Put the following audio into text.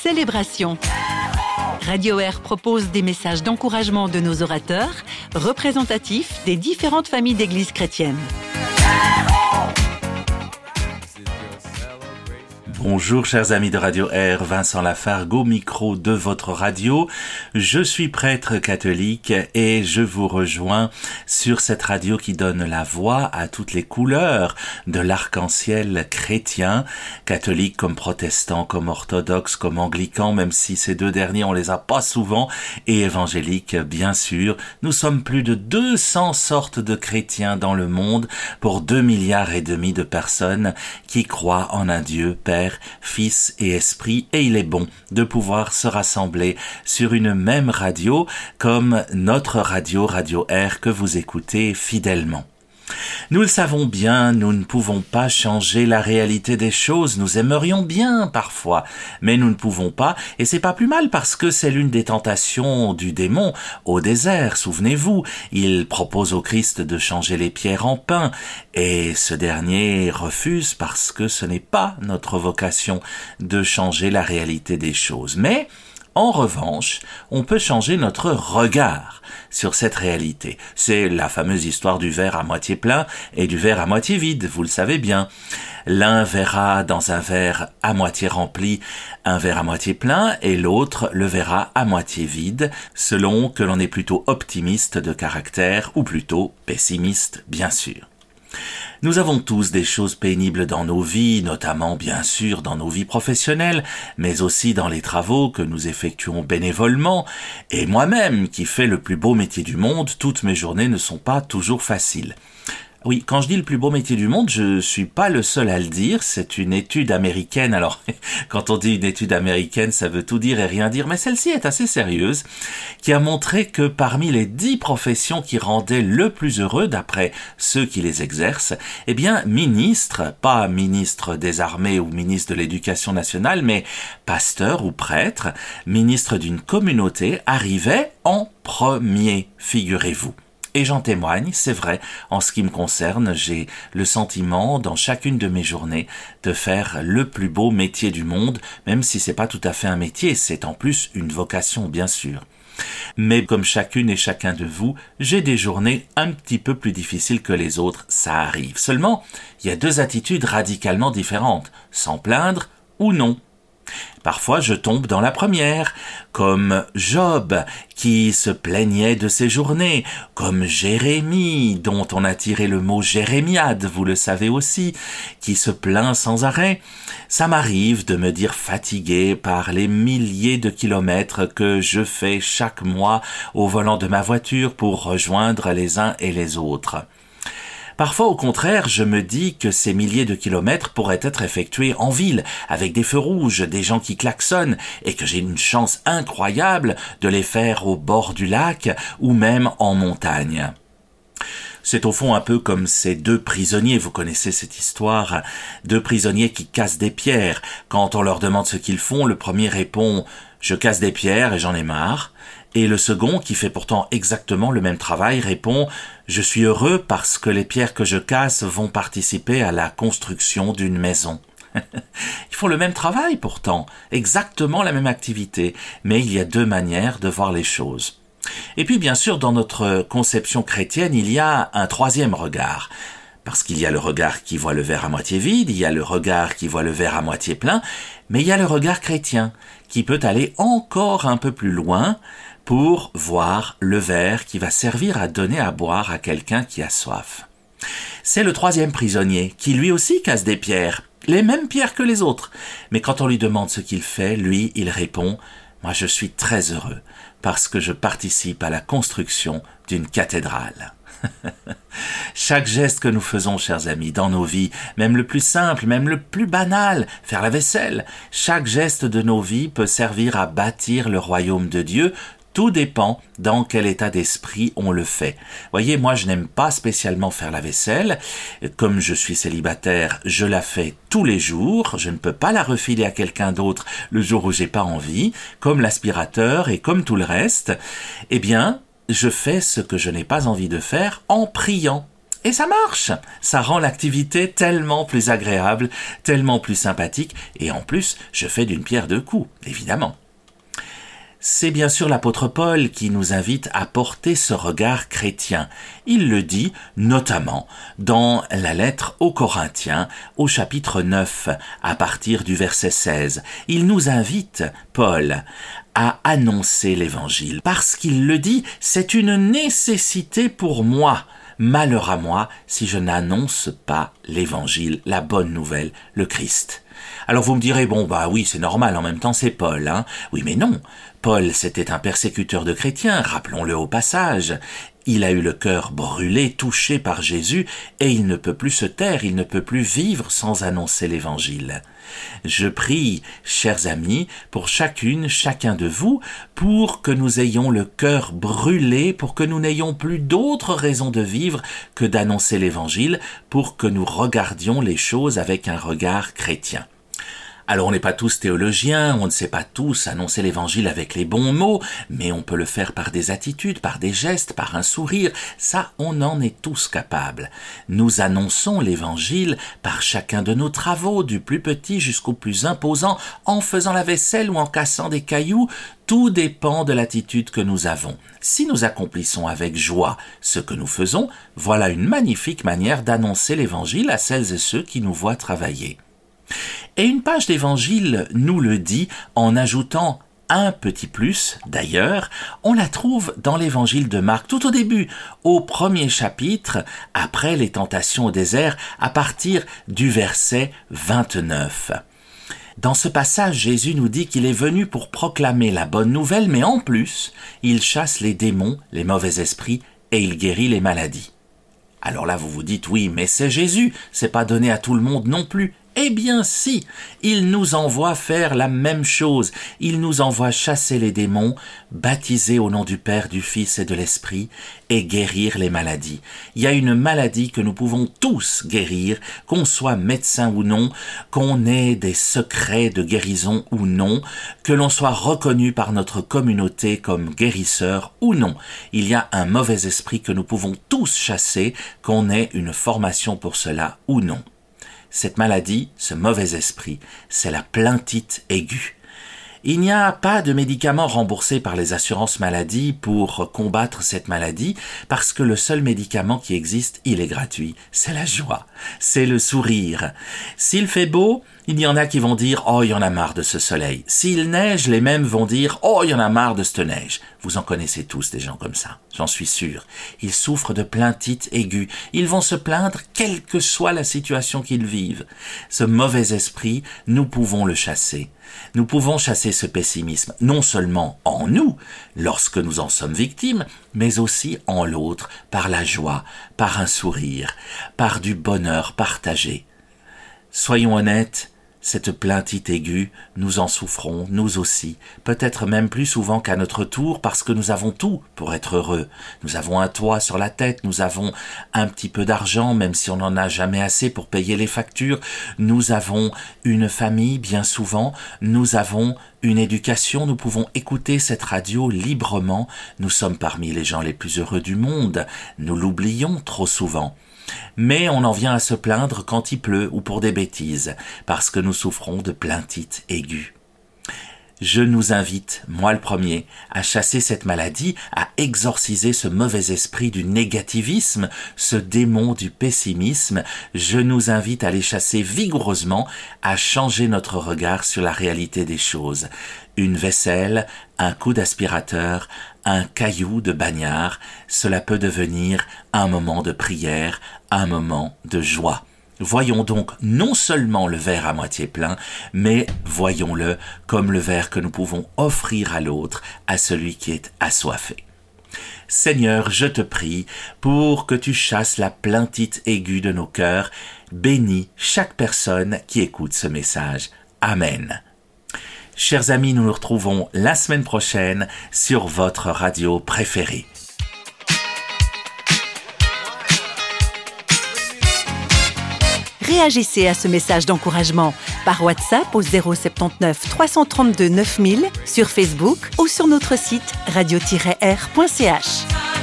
célébration. Radio Air propose des messages d'encouragement de nos orateurs, représentatifs des différentes familles d'églises chrétiennes. Bonjour chers amis de Radio Air, Vincent Lafargue au micro de votre radio. Je suis prêtre catholique et je vous rejoins sur cette radio qui donne la voix à toutes les couleurs de l'arc-en-ciel chrétien, catholique comme protestant, comme orthodoxe, comme anglican, même si ces deux derniers on les a pas souvent, et évangélique bien sûr. Nous sommes plus de 200 sortes de chrétiens dans le monde pour 2,5 milliards de personnes qui croient en un Dieu, Père, Fils et Esprit, et il est bon de pouvoir se rassembler sur une même radio comme notre radio, Radio Air, que vous écoutez fidèlement. Nous le savons bien, nous ne pouvons pas changer la réalité des choses, nous aimerions bien parfois, mais nous ne pouvons pas, et c'est pas plus mal parce que c'est l'une des tentations du démon au désert, souvenez-vous, il propose au Christ de changer les pierres en pain, et ce dernier refuse parce que ce n'est pas notre vocation de changer la réalité des choses, mais en revanche, on peut changer notre regard sur cette réalité. C'est la fameuse histoire du verre à moitié plein et du verre à moitié vide, vous le savez bien. L'un verra dans un verre à moitié rempli un verre à moitié plein et l'autre le verra à moitié vide, selon que l'on est plutôt optimiste de caractère ou plutôt pessimiste, bien sûr. Nous avons tous des choses pénibles dans nos vies, notamment bien sûr dans nos vies professionnelles, mais aussi dans les travaux que nous effectuons bénévolement. Et moi-même, qui fais le plus beau métier du monde, toutes mes journées ne sont pas toujours faciles. Oui, quand je dis le plus beau métier du monde, je suis pas le seul à le dire, c'est une étude américaine. Alors, quand on dit une étude américaine, ça veut tout dire et rien dire, mais celle-ci est assez sérieuse, qui a montré que parmi les 10 professions qui rendaient le plus heureux, d'après ceux qui les exercent, eh bien, ministre, pas ministre des armées ou ministre de l'éducation nationale, mais pasteur ou prêtre, ministre d'une communauté, arrivait en premier, figurez-vous. Et j'en témoigne, c'est vrai, en ce qui me concerne, j'ai le sentiment, dans chacune de mes journées, de faire le plus beau métier du monde, même si c'est pas tout à fait un métier, c'est en plus une vocation, bien sûr. Mais comme chacune et chacun de vous, j'ai des journées un petit peu plus difficiles que les autres, ça arrive. Seulement, il y a 2 attitudes radicalement différentes, s'en plaindre ou non. Parfois je tombe dans la première, comme Job qui se plaignait de ses journées, comme Jérémie dont on a tiré le mot jérémiade, vous le savez aussi, qui se plaint sans arrêt. Ça m'arrive de me dire fatigué par les milliers de kilomètres que je fais chaque mois au volant de ma voiture pour rejoindre les uns et les autres. Parfois, au contraire, je me dis que ces milliers de kilomètres pourraient être effectués en ville, avec des feux rouges, des gens qui klaxonnent, et que j'ai une chance incroyable de les faire au bord du lac ou même en montagne. C'est au fond un peu comme ces 2 prisonniers, vous connaissez cette histoire, 2 prisonniers qui cassent des pierres. Quand on leur demande ce qu'ils font, le premier répond « Je casse des pierres et j'en ai marre ». Et le second, qui fait pourtant exactement le même travail, répond « Je suis heureux parce que les pierres que je casse vont participer à la construction d'une maison. » Ils font le même travail pourtant, exactement la même activité, mais il y a 2 manières de voir les choses. Et puis bien sûr, dans notre conception chrétienne, il y a un 3e regard. Parce qu'il y a le regard qui voit le verre à moitié vide, il y a le regard qui voit le verre à moitié plein, mais il y a le regard chrétien, qui peut aller encore un peu plus loin pour voir le verre qui va servir à donner à boire à quelqu'un qui a soif. C'est le 3e prisonnier, qui lui aussi casse des pierres, les mêmes pierres que les autres. Mais quand on lui demande ce qu'il fait, lui, il répond « Moi, je suis très heureux, parce que je participe à la construction d'une cathédrale. » Chaque geste que nous faisons, chers amis, dans nos vies, même le plus simple, même le plus banal, faire la vaisselle, chaque geste de nos vies peut servir à bâtir le royaume de Dieu. Tout dépend dans quel état d'esprit on le fait. Voyez, moi je n'aime pas spécialement faire la vaisselle. Comme je suis célibataire, je la fais tous les jours. Je ne peux pas la refiler à quelqu'un d'autre le jour où j'ai pas envie, comme l'aspirateur et comme tout le reste. Eh bien, je fais ce que je n'ai pas envie de faire en priant. Et ça marche. Ça rend l'activité tellement plus agréable, tellement plus sympathique. Et en plus, je fais d'une pierre deux coups, évidemment. C'est bien sûr l'apôtre Paul qui nous invite à porter ce regard chrétien. Il le dit notamment dans la lettre aux Corinthiens au chapitre 9 à partir du verset 16. Il nous invite, Paul, à annoncer l'évangile parce qu'il le dit, c'est une nécessité pour moi. Malheur à moi si je n'annonce pas l'évangile, la bonne nouvelle, le Christ. Alors vous me direz, bon bah oui c'est normal, en même temps c'est Paul, hein. Oui mais non, Paul c'était un persécuteur de chrétiens, rappelons-le au passage. Il a eu le cœur brûlé, touché par Jésus, et il ne peut plus se taire, il ne peut plus vivre sans annoncer l'évangile. Je prie, chers amis, pour chacun de vous, pour que nous ayons le cœur brûlé, pour que nous n'ayons plus d'autres raisons de vivre que d'annoncer l'évangile, pour que nous regardions les choses avec un regard chrétien. Alors on n'est pas tous théologiens, on ne sait pas tous annoncer l'évangile avec les bons mots, mais on peut le faire par des attitudes, par des gestes, par un sourire, ça on en est tous capables. Nous annonçons l'évangile par chacun de nos travaux, du plus petit jusqu'au plus imposant, en faisant la vaisselle ou en cassant des cailloux, tout dépend de l'attitude que nous avons. Si nous accomplissons avec joie ce que nous faisons, voilà une magnifique manière d'annoncer l'évangile à celles et ceux qui nous voient travailler. Et une page d'évangile nous le dit en ajoutant un petit plus, d'ailleurs, on la trouve dans l'évangile de Marc, tout au début, au premier chapitre, après les tentations au désert, à partir du verset 29. Dans ce passage, Jésus nous dit qu'il est venu pour proclamer la bonne nouvelle, mais en plus, il chasse les démons, les mauvais esprits, et il guérit les maladies. Alors là, vous vous dites, oui, mais c'est Jésus, c'est pas donné à tout le monde non plus. Eh bien si, il nous envoie faire la même chose, il nous envoie chasser les démons, baptiser au nom du Père, du Fils et de l'Esprit, et guérir les maladies. Il y a une maladie que nous pouvons tous guérir, qu'on soit médecin ou non, qu'on ait des secrets de guérison ou non, que l'on soit reconnu par notre communauté comme guérisseur ou non. Il y a un mauvais esprit que nous pouvons tous chasser, qu'on ait une formation pour cela ou non. Cette maladie, ce mauvais esprit, c'est la plaintite aiguë. Il n'y a pas de médicament remboursé par les assurances maladie pour combattre cette maladie parce que le seul médicament qui existe, il est gratuit. C'est la joie, c'est le sourire. S'il fait beau, il y en a qui vont dire « Oh, il y en a marre de ce soleil ». S'il neige, les mêmes vont dire « Oh, il y en a marre de cette neige ». Vous en connaissez tous des gens comme ça, j'en suis sûr. Ils souffrent de plaintite aiguë. Ils vont se plaindre quelle que soit la situation qu'ils vivent. Ce mauvais esprit, nous pouvons le chasser. Nous pouvons chasser ce pessimisme, non seulement en nous, lorsque nous en sommes victimes, mais aussi en l'autre, par la joie, par un sourire, par du bonheur partagé. Soyons honnêtes, cette plaintite aiguë, nous en souffrons, nous aussi, peut-être même plus souvent qu'à notre tour, parce que nous avons tout pour être heureux. Nous avons un toit sur la tête, nous avons un petit peu d'argent, même si on n'en a jamais assez pour payer les factures. Nous avons une famille, bien souvent, nous avons une éducation, nous pouvons écouter cette radio librement. Nous sommes parmi les gens les plus heureux du monde, nous l'oublions trop souvent. Mais on en vient à se plaindre quand il pleut ou pour des bêtises, parce que nous souffrons de plaintite aiguë. Je nous invite, moi le premier, à chasser cette maladie, à exorciser ce mauvais esprit du négativisme, ce démon du pessimisme. Je nous invite à les chasser vigoureusement, à changer notre regard sur la réalité des choses. Une vaisselle, un coup d'aspirateur, un caillou de bagnard, cela peut devenir un moment de prière, un moment de joie. Voyons donc non seulement le verre à moitié plein, mais voyons-le comme le verre que nous pouvons offrir à l'autre, à celui qui est assoiffé. Seigneur, je te prie pour que tu chasses la plaintite aiguë de nos cœurs. Bénis chaque personne qui écoute ce message. Amen. Chers amis, nous nous retrouvons la semaine prochaine sur votre radio préférée. Réagissez à ce message d'encouragement par WhatsApp au 079 332 9000, sur Facebook ou sur notre site radio-r.ch.